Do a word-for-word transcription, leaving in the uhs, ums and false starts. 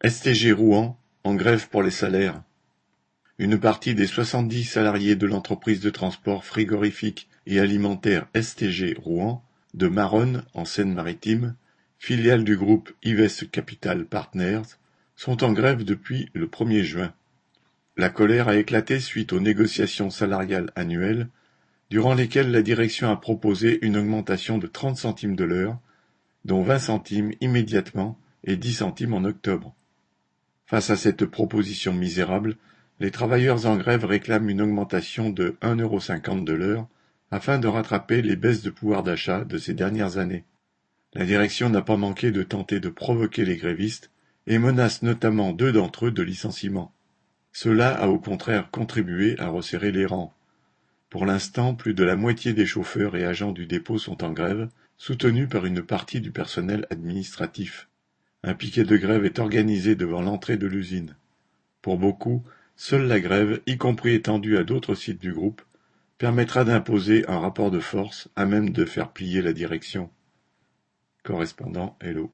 S T G Rouen en grève pour les salaires. Une partie des soixante-dix salariés de l'entreprise de transport frigorifique et alimentaire S T G Rouen, de Maronne en Seine-Maritime, filiale du groupe Ives Capital Partners, sont en grève depuis le premier juin. La colère a éclaté suite aux négociations salariales annuelles, durant lesquelles la direction a proposé une augmentation de trente centimes de l'heure, dont vingt centimes immédiatement et dix centimes en octobre. Face à cette proposition misérable, les travailleurs en grève réclament une augmentation de un euro cinquante de l'heure afin de rattraper les baisses de pouvoir d'achat de ces dernières années. La direction n'a pas manqué de tenter de provoquer les grévistes et menace notamment deux d'entre eux de licenciement. Cela a au contraire contribué à resserrer les rangs. Pour l'instant, plus de la moitié des chauffeurs et agents du dépôt sont en grève, soutenus par une partie du personnel administratif. Un piquet de grève est organisé devant l'entrée de l'usine. Pour beaucoup, seule la grève, y compris étendue à d'autres sites du groupe, permettra d'imposer un rapport de force à même de faire plier la direction. Correspondant Hello.